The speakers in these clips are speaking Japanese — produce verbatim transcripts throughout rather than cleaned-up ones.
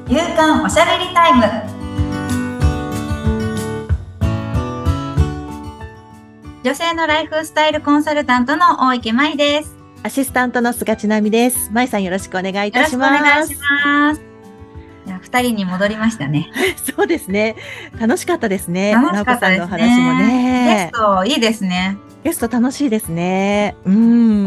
夕刊おしゃべりタイム。女性のライフスタイルコンサルタントの大池舞です。 アシスタントの菅千奈美です。舞さんよろしくお願いいたします。 よろしくお願いします。いや、二人に戻りましたね。 そうですね。楽しかったですね。 楽しかったですね。 直子さんの話もね。 ゲストいいですね。 ゲスト楽しいですね。うん。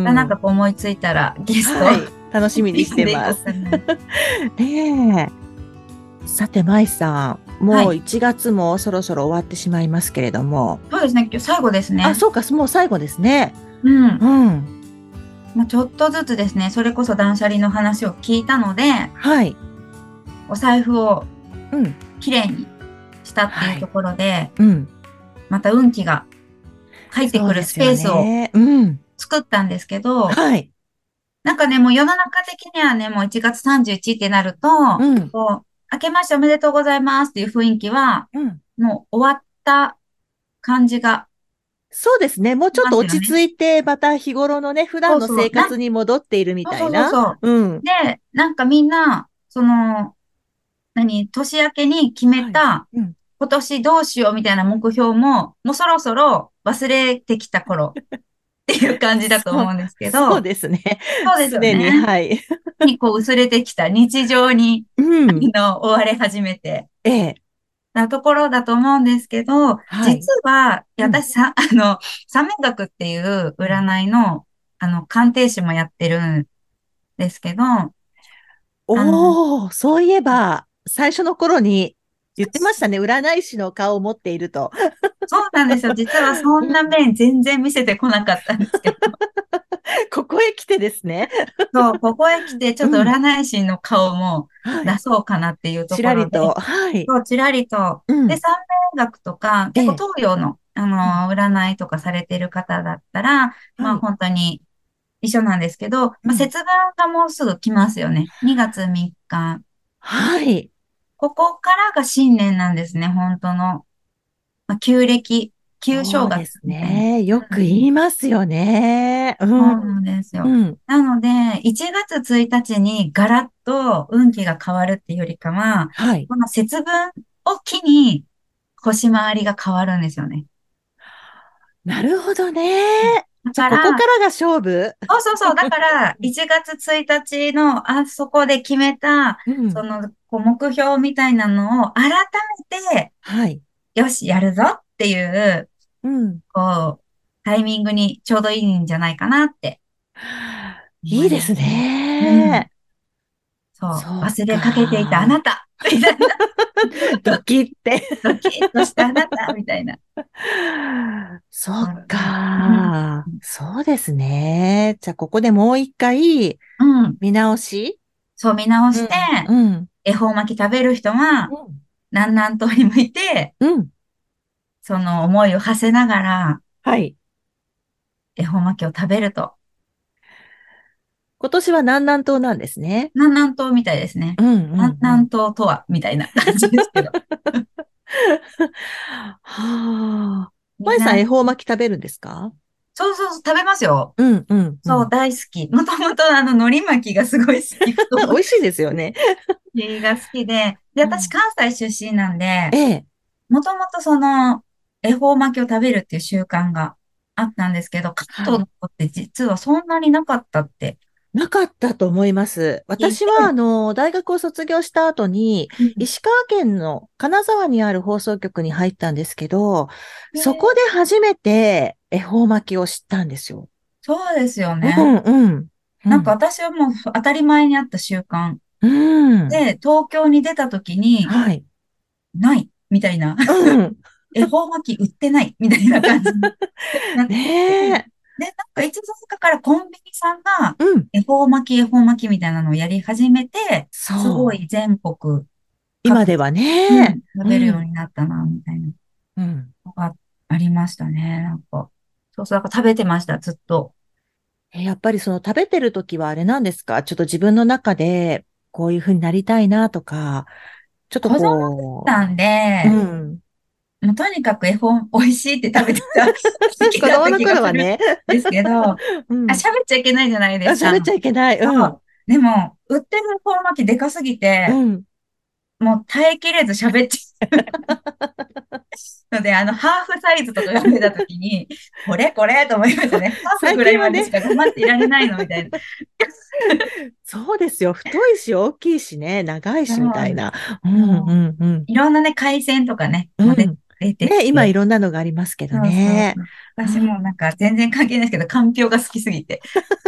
またなんかこう思いついたらゲスト、 はい、楽しみにしてます。ねえ。さて舞さん、もういちがつもそろそろ終わってしまいますけれども。 そうですね。今日最後ですね。 あ、そうか、もう最後ですね。 うん。 うん。 まあ、ちょっとずつですね、それこそ断捨離の話を聞いたので、 はい。 お財布をうん。 きれいにしたっていうところで、 はい、うん。 また運気が入ってくるスペースを作ったんですけど、 はい。 なんかね、もう世の中的にはね、もういちがつさんじゅういちにちってなると、うん、こう、明けましておめでとうございますっていう雰囲気は、うん、もう終わった感じが、 そうですね。もうちょっと落ち着いて、また日頃のね、普段の生活に戻っているみたいな。 そうそうそうそう。うん。で、なんかみんな、その、何、年明けに決めた、はい、うん、今年どうしようみたいな目標も、もうそろそろ忘れてきた頃っていう感じだと思うんですけど。 そう、そうですね。 そうですよね。 すでに、はい。 にこう薄れてきた日常に、うん、の追われ始めて。 ええ。 なところだと思うんですけど、はい、実は、私さ、うん、あの、三面学っていう占いの、あの、鑑定士もやってるんですけど、 おー、そういえば、最初の頃に言ってましたね。占い師の顔を持っていると。 そうなんですよ。実はそんな面全然見せてこなかったんですけど。 ここへ来てですね。 そう、ここへ来て、ちょっと占い師の顔も出そうかなっていうところで。 ちらりと。はい。 そう、ちらりと。うん、で、三面学とか、結構東洋の、ええ、あの、占いとかされてる方だったら、はい、まあ本当に一緒なんですけど、まあ、節分がもうすぐ来ますよね。にがつみっか。 はい。 ここからが新年なんですね、本当の。まあ、旧暦、旧正月みたいな。そうですね。 よく言いますよね。うん。 そうなんですよ。うん、なので、いちがつついたちにガラッと運気が変わるっていうよりかは、はい、この節分を機に星回りが変わるんですよね。 なるほどね。じゃあ、ここからが勝負。 そうそうそう。だから、いちがつついたちの、あそこで決めた、うん、その、こう目標みたいなのを改めて、はい。よし、やるぞっていう、うん。こう、タイミングにちょうどいいんじゃないかなって。 いいですね。 うん、そう。そう忘れかけていたあなたみたいな。 ドキって。 ドキッとしたあなたみたいな。 そっか、うん。そうですね。じゃあ、ここでもう一回、見直し、 うん、そう、見直して、うんうん、恵方巻き食べる人は、南南東に向いて、うん、その思いを馳せながら、はい。恵方巻きを食べると。 今年は南南東なんですね。 南南東みたいですね。うんうんうん、南南東とは、みたいな感じですけど。 はあ。まえさん、恵方巻き食べるんですか？ そうそうそう、食べますよ。 うんうん、うん。 そう、大好き。もともとあの、海苔巻きがすごい好き。 美味しいですよね。 が好きで、で、私関西出身なんで、ええ、もともとその、恵方巻きを食べるっていう習慣があったんですけど、関東の子って実はそんなになかったって。 なかったと思います。私は、あの、大学を卒業した後に、石川県の金沢にある放送局に入ったんですけど、そこで初めて恵方巻きを知ったんですよ。 そうですよね。 うんうん。 なんか私はもう当たり前にあった習慣。 うん。 で、東京に出た時に、はい。ない、みたいな。うん。恵方巻き売ってない、みたいな感じになって。ねえ。で、なんかいつの間にかからコンビニさんが、恵方巻き、恵方巻きみたいなのをやり始めて、すごい全国、 今ではね、 うん、食べるようになったな、みたいな。うん。のがありましたね、なんか。そうそう、なんか食べてました、ずっと。 やっぱりその食べてる時はあれなんですか？ちょっと自分の中で、こういう風になりたいなとか、ちょっとこう。子供だったんで、うん。もうとにかく絵本美味しいって食べてた時期だった気がするんですけど、うん、あ、喋っちゃいけないじゃないですか。 喋っちゃいけない。うん。 でも、売ってる恵方巻きでかすぎて、うん、 もう耐えきれず喋っちゃうので、あの、ハーフサイズとかが出た時に、これこれと思いましたね。ハーフ最ぐらい近はね、 までしか黙っていられないのみたいな。 そうですよ。太いし、大きいしね、長いし、みたいそうな。うんうもんうん。 ういろんなね、海鮮とかね、もう出、 うん。 出てきね、今いて。 ろんなのがありますけどそうそうね。 そう。 う私もなんん。 か全然関係ないですけど、かんぴょうが好きすぎて。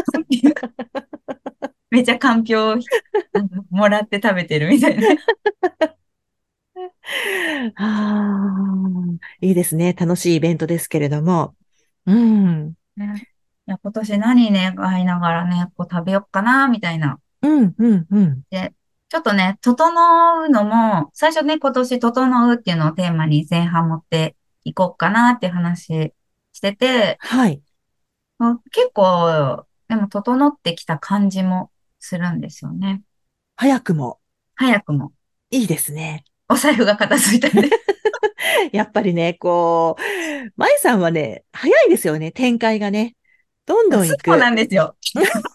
めちゃかんぴょうをあのもらって食べてるみたいなね。 ああ、いいですね。楽しいイベントですけれども。うん。 ねいや、今年何ね、会いながらね、こう食べよっかな、みたいな。 うん、うん、うん。 で、ちょっとね、整うのも、最初ね、今年整うっていうのをテーマに前半持っていこうかなっていう話してて、 はい。 あ結構、でも整ってきた感じもするんですよね。 早くも早くも。 いいですね。 お財布が片付いたんで。 やっぱりね、こう、舞さんはね、早いですよね、展開がね。どんどん素直な行く。 んですよ。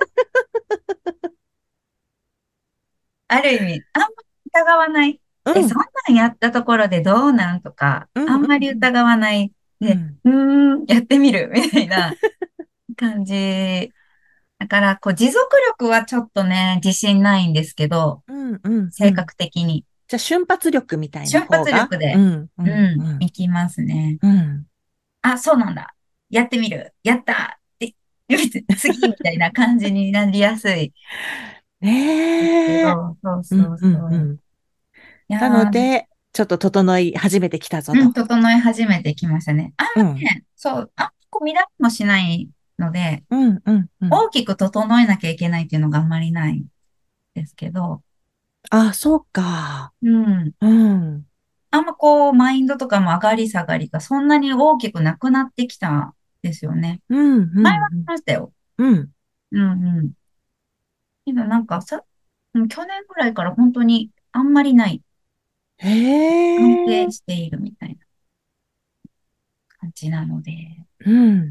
ある意味、あんまり疑わない。え、そんうん、 なんやったところでどうなんとか、 うん、 あんまりうん、 疑わないで、 うん。 うーん、やってみる、みたいな感じ。だから、こう、持続力はちょっとね、自信ないんですけど、 うん、うん、う性ん。 格的に。 じゃあ、瞬発力みたいな瞬方が。 発力で、 うん、ううん、うん、 ん、 いきますね。 うん。 あ、そうなんだ。やってみる。やったで、次みたいな感じになりやすいですけねえ。 ど、そうそううん、うん、うそう。 ん。 いやなのー、 で、ちょっと整い始めてきたぞと。 うん、整い始めてきましたね。あんうん、 まね、そう、あんまこう乱れもしないので、 うん、うん、うん。 大きく整えなきゃいけないっていうのがあんまりないんですけど、 あ、そうか。 うん。 うん、 あんまこう、マインドとかも上がり下がりがそんなに大きくなくなってきたんですよね。 うん、う前はありん、 ましたよ。 うん。 うんうん。けどなんかさ、うん去年ぐらいから本当にあんまりない。 へ安え。 定しているみたいな感じなので、 うん。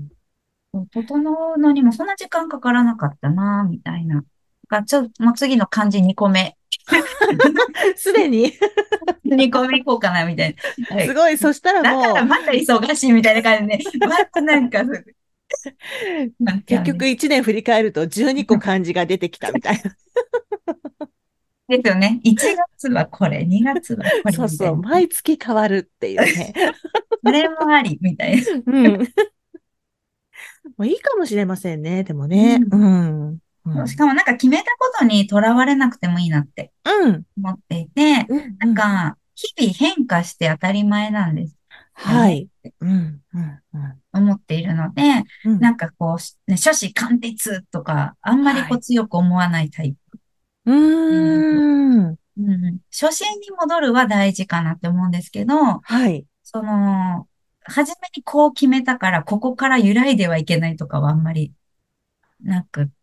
そう整うのにもそんな時間かからなかったな、みたいな。がちょ、もう次の漢字にこめ。 すでににこめいこうかな、みたいな。はい。 すごい。そしたらだかもう、 らまた忙しいみたいな感じで、またなんか、なっちゃ結局うんです。 いちねん振り返るとじゅうにこ漢字が出てきたみたいな。 ですよね。いちがつはこれ、にがつはこれ、 そうそう。 みたいな。 毎月変わるっていうね。 それもあり、みたいな。 うん。もういいかもしれませんね。でもね。ううん。 ん。うん。 しかもなんか決めたことにとらわれなくてもいいなってうん。 思っていて、 うん。 なんうん。 か、日々変化して当たり前なんですよね。 はい。うん。うん。うん。 思っているので、 うん。 なんかこう、しね、初志貫徹とか、あんまりはい。 こう強く思わないタイプ。 うーん。 うんうん、初心に戻るは大事かなって思うんですけど、 はい。 その、初めにこう決めたから、ここから揺らいではいけないとかはあんまりなくって、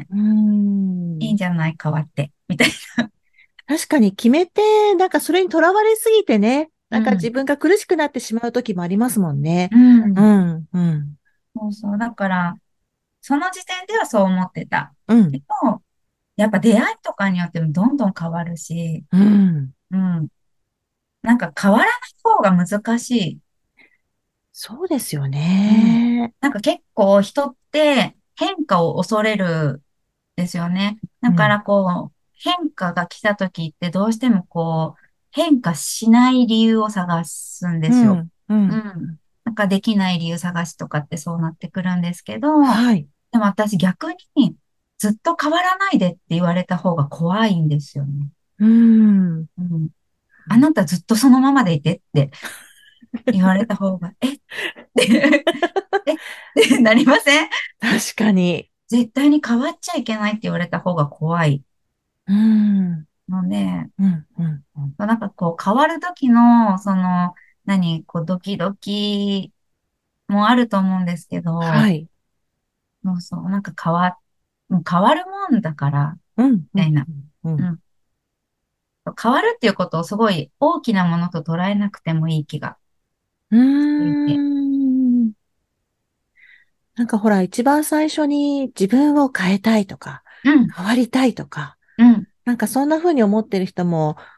うーん。 いいんじゃない変わって、みたい確かに決めて、なんかそれにとらわれすぎてね、なな。 んかうん。 自分が苦しくなってしまう時もありますもんね。 うん。 うん、うん、 そうそう。だから、その時点ではそう思ってた。 うん、 けど、やっぱ出会いとかによってもどんどん変わるし、 うん。 うん。なんか変わらない方が難しい。 そうですようん。 ね。 なんか結構人って変化を恐れるんですよね。だかうん、 らこう、変化が来た時ってどうしてもこう、変化しない理由を探すんですよ。 うん、うん。 うん。なんかできない理由探しとかってそうなってくるんですけど、 はい。 でも私逆にずっと変わらないでって言われた方が怖いんですよね。 うん。 うん。あなたずっとそのままでいてって言われた方が、えってえってなりません？ 確かに。 絶対に変わっちゃいけないって言われた方が怖いうん、 ので、 うん、うん、うん。 なんかこう変わる時の、その、何、こうドキドキもあると思うんですけど、 はい。 そうそう、なんか変わ、もう変わるもんだから、 うん、うん、 みたいな。 うん。 うん。変わるっていうことをすごい大きなものと捉えなくてもいい気がうしていて。 ん。なんかほら、一番最初に自分を変えたいとか、 うん、 変わりたいとか、 うん、 なんかそんな風に思ってる人も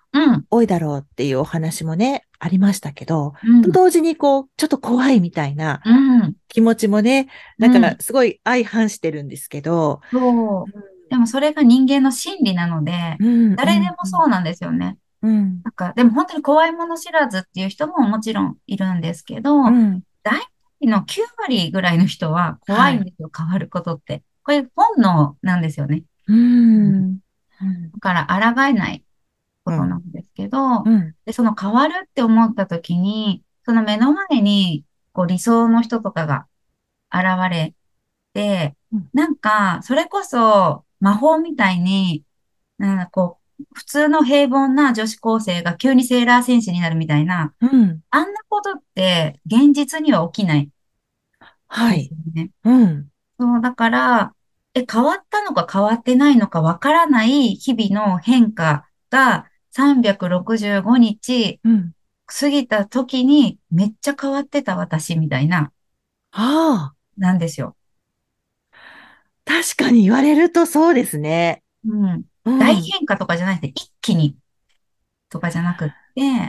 うん、 多いだろうっていうお話もね、ありましたけど、 うん、 と同時にこう、ちょっと怖いみたいなうん、 気持ちもね、なんかうん。 すごい相反してるんですけど、 そう。でもそれが人間の心理なので、 うん、うん、 誰でもそうなんですよね。 うん、 なんか、でも本当に怖いもの知らずっていう人ももちろんいるんですけど、 うん、 大体のきゅう割ぐらいの人は怖はい、 いんですよ、変わることって。これ本能なんですよね。 ううん。 ん、うん、 だから抗えないこうん、 となんですけど、 うん、 で、その変わるって思った時に、その目の前にこう理想の人とかが現れて、なんか、それこそ魔法みたいに、なんかこう、普通の平凡な女子高生が急にセーラー戦士になるみたいな、 うん、 あんなことって現実には起きないですはい、 よね。 うん、 そう、だから、え、変わったのか変わってないのかわからない日々の変化がさんびゃくろくじゅうごにちうん、 過ぎた時にめっちゃ変わってた私みたいな、 ああ、 なんですよ。 確かに言われるとそうですね。 うん。 う大ん、 変化とかじゃなくて一気にとかじゃなくって、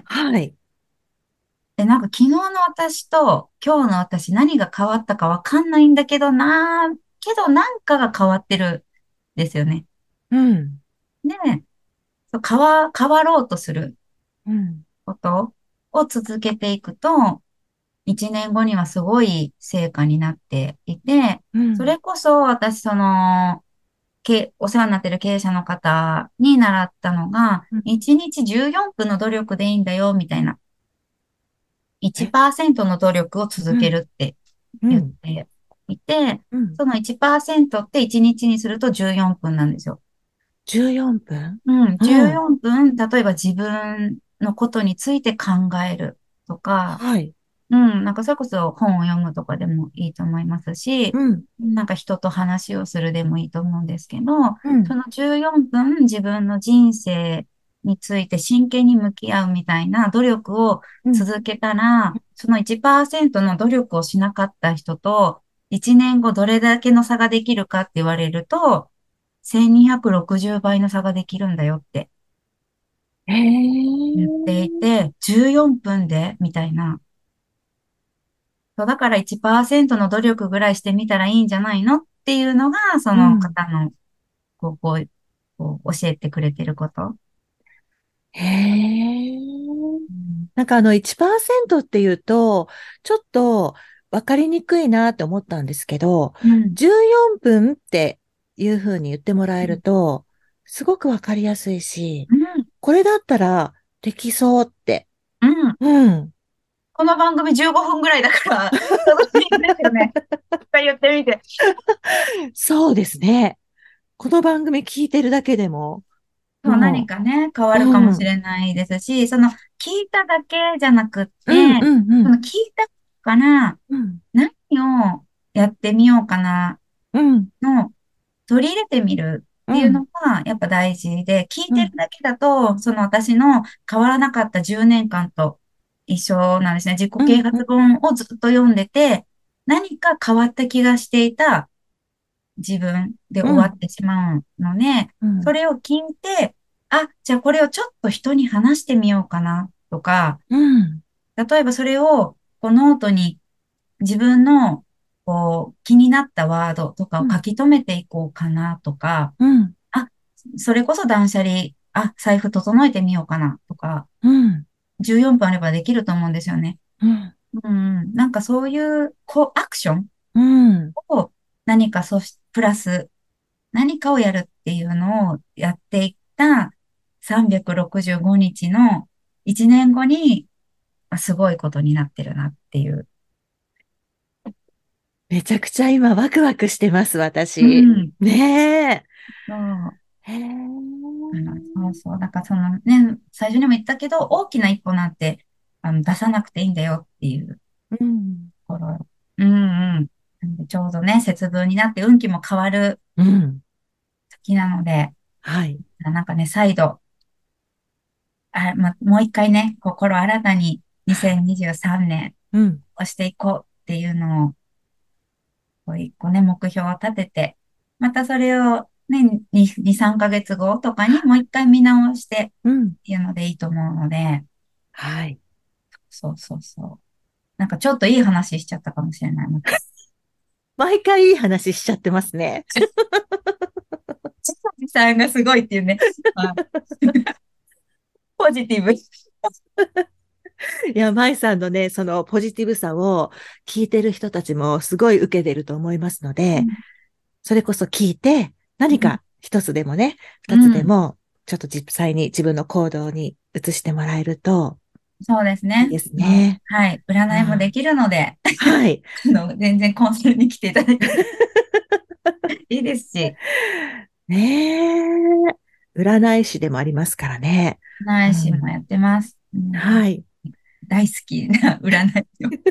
はい、 で、なんか昨日の私と今日の私何が変わったかわかんないんだけどなー、けどなんかが変わってるんですよね。 うん、 で、そう変わ、変わろうとするうん、 ことを続けていくと、一年後にはすごい成果になっていて、 うん、 それこそ私その、け、お世話になってる経営者の方に習ったのが、 うん、 いちにちじゅうよんぷんの努力でいいんだよ、みたいな。 え、 いちパーセントの努力を続けうん、 るって言っうん、 ていて、 うん、 そのいちパーセントっていちにちにちにするとじゅうよんぷんなんですよ。 じゅうよんぷん、 うん、14 うん、 分、例えば自分のことについて考えるとか、 はい、 うん、なんかそれこそ本を読むとかでもいいと思いますし、 うん、 なんか人と話をするでもいいと思うんですけど、 うん、 そのじゅうよんぷん自分の人生について真剣に向き合うみたいな努力をうん、 続けたら、そのいちパーセントの努力をしなかった人と、いちねんごどれだけの差ができるかって言われると、せんにひゃくろくじゅうばいの差ができるんだよってへえ、 言っていて、じゅうよんぷんでみたいな。そうだからいちパーセントの努力ぐらいしてみたらいいんじゃないのっていうのが、そのうん、 方の、こう、こう、こう教えてくれてること。 へえ。 うん。 なんかあのいちパーセントっていうと、ちょっとわかりにくいなって思ったんですけど、 うん。 じゅうよんぷんっていうふうに言ってもらえると、すごくわかりやすいし、 うん。 これだったらできそうって。 うん。 うん。 この番組じゅうごふんぐらいだから、ちょうどいいんですよね。一回言ってみて。 そうですね。この番組聞いてるだけでも、 そう、何もかね、変わう、 るかもうん、 しれないですし、その、聞いただけじゃなくっうん、 て、 うん、うん、 その聞いたからうん、 何をやってみようかなうん、 の取り入れてみるっていううん、 のがやっぱ大事で、聞いうん、 てるだけだと、その私の変わらなかったじゅうねんかんと一緒なんですね。自己うん、 啓発本をずっと読んでて、何か変わった気がしていた自分でうん、 終わってしまうので、 うん、 それを聞いて、あ、じゃあこれをちょっと人に話してみようかなとか、 うん、 例えばそれをこうノートに自分のこう気になったワードとかを書き留めていこうかなとか、 うん、 あ、それこそ断捨離、あ、財布整えてみようかなとか、 うん、 じゅうよんぷんあればできると思うんですよね。 うん、 うん、なんかそういう、こう、アクションうん。 を何かそし、プラス何かをやるっていうのをやっていったさんびゃくろくじゅうごにちのいちねんごに、あすごいことになってるなっていう。 めちゃくちゃ今ワクワクしてます、 う私。 ん。 ねそう。 え。へえ。 あの、そうそう。だからそのね、最初にも言ったけど、大きな一歩なんて、あの、出さなくていいんだよっていううん。 ところ。うんうん。なんでちょうどね、節分になって運気も変わるうん。 時なので、 はい。 なんかね、再度、あ、ま、もう一回ね、心新たにはい。 にせんにじゅうさんねんうん。 をしていこうっていうのを、こう一個ね、目標を立てて、またそれをね、に、に、さんかげつごとかにもう一回見直してっうん。 ていうのでいいと思うので、 はい。 そうそうそう。なんかちょっといい話しちゃったかもしれない。また。 毎回いい話しちゃってますね。 ちさ子さんがすごいっていうね。まあ、ポジティブ。 いや、舞さんのね、そのポジティブさを聞いてる人たちもすごい受けてると思いますので、 うん、 それこそ聞いて、何うん、 か一つでもね、 う二つでん、 も、ちょっと実際に自分の行動に移してもらえるとそうですね。 いいですもう、 ね。 はい。占いもであきるので、 ーはい。 あの、全然コンサルに来ていただいていいですし、 ねえ。占い師でもありますからね。 占うん。 い師もやってます。うん、 はい。 大好きな占いを。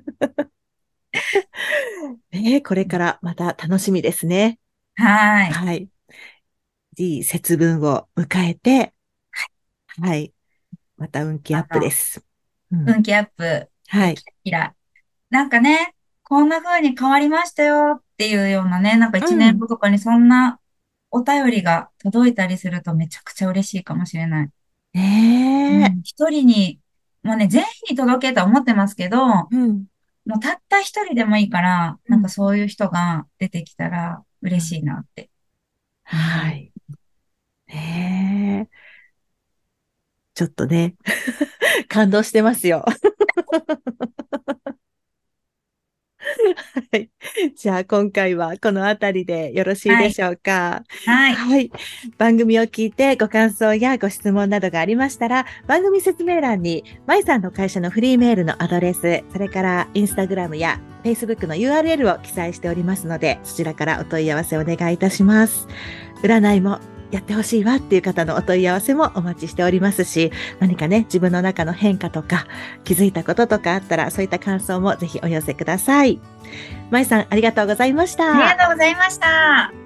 ねえ、これからまた楽しみですね。 はい。 はい。いい節分を迎えて、はい。また運気アップであの、 す。うん。 運気アップでキはい。 ラキラ。なんかね、こんな風に変わりましたよっていうようなね、なんかう一年ん。 後とかにそんなお便りが届いたりするとめちゃくちゃ嬉しいかもしれない。うねえ。 ん、一人に、もうね、全員に届けとは思ってますけど、もうん。 うたった一人でもいいから、なんかうん。 そういう人が出てきたら嬉しうん。 いなって思います。 はい。ねえ。ちょっとね、感動してますよ。はい。じゃあ今回はこのあたりでよろしいはい。 でしょうか。 はい。 はい。番組を聞いてご感想やご質問などがありましたら、番組説明欄に、まいさんの会社のフリーメールのアドレス、それからインスタグラムや Facebook の ユーアールエル を記載しておりますので、そちらからお問い合わせお願いいたします。占いもやってほしいわっていう方のお問い合わせもお待ちしておりますし、何かね、自分の中の変化とか、気づいたこととかあったら、そういった感想もぜひお寄せください。まいさん、ありがとうございましありがた。 とうございました。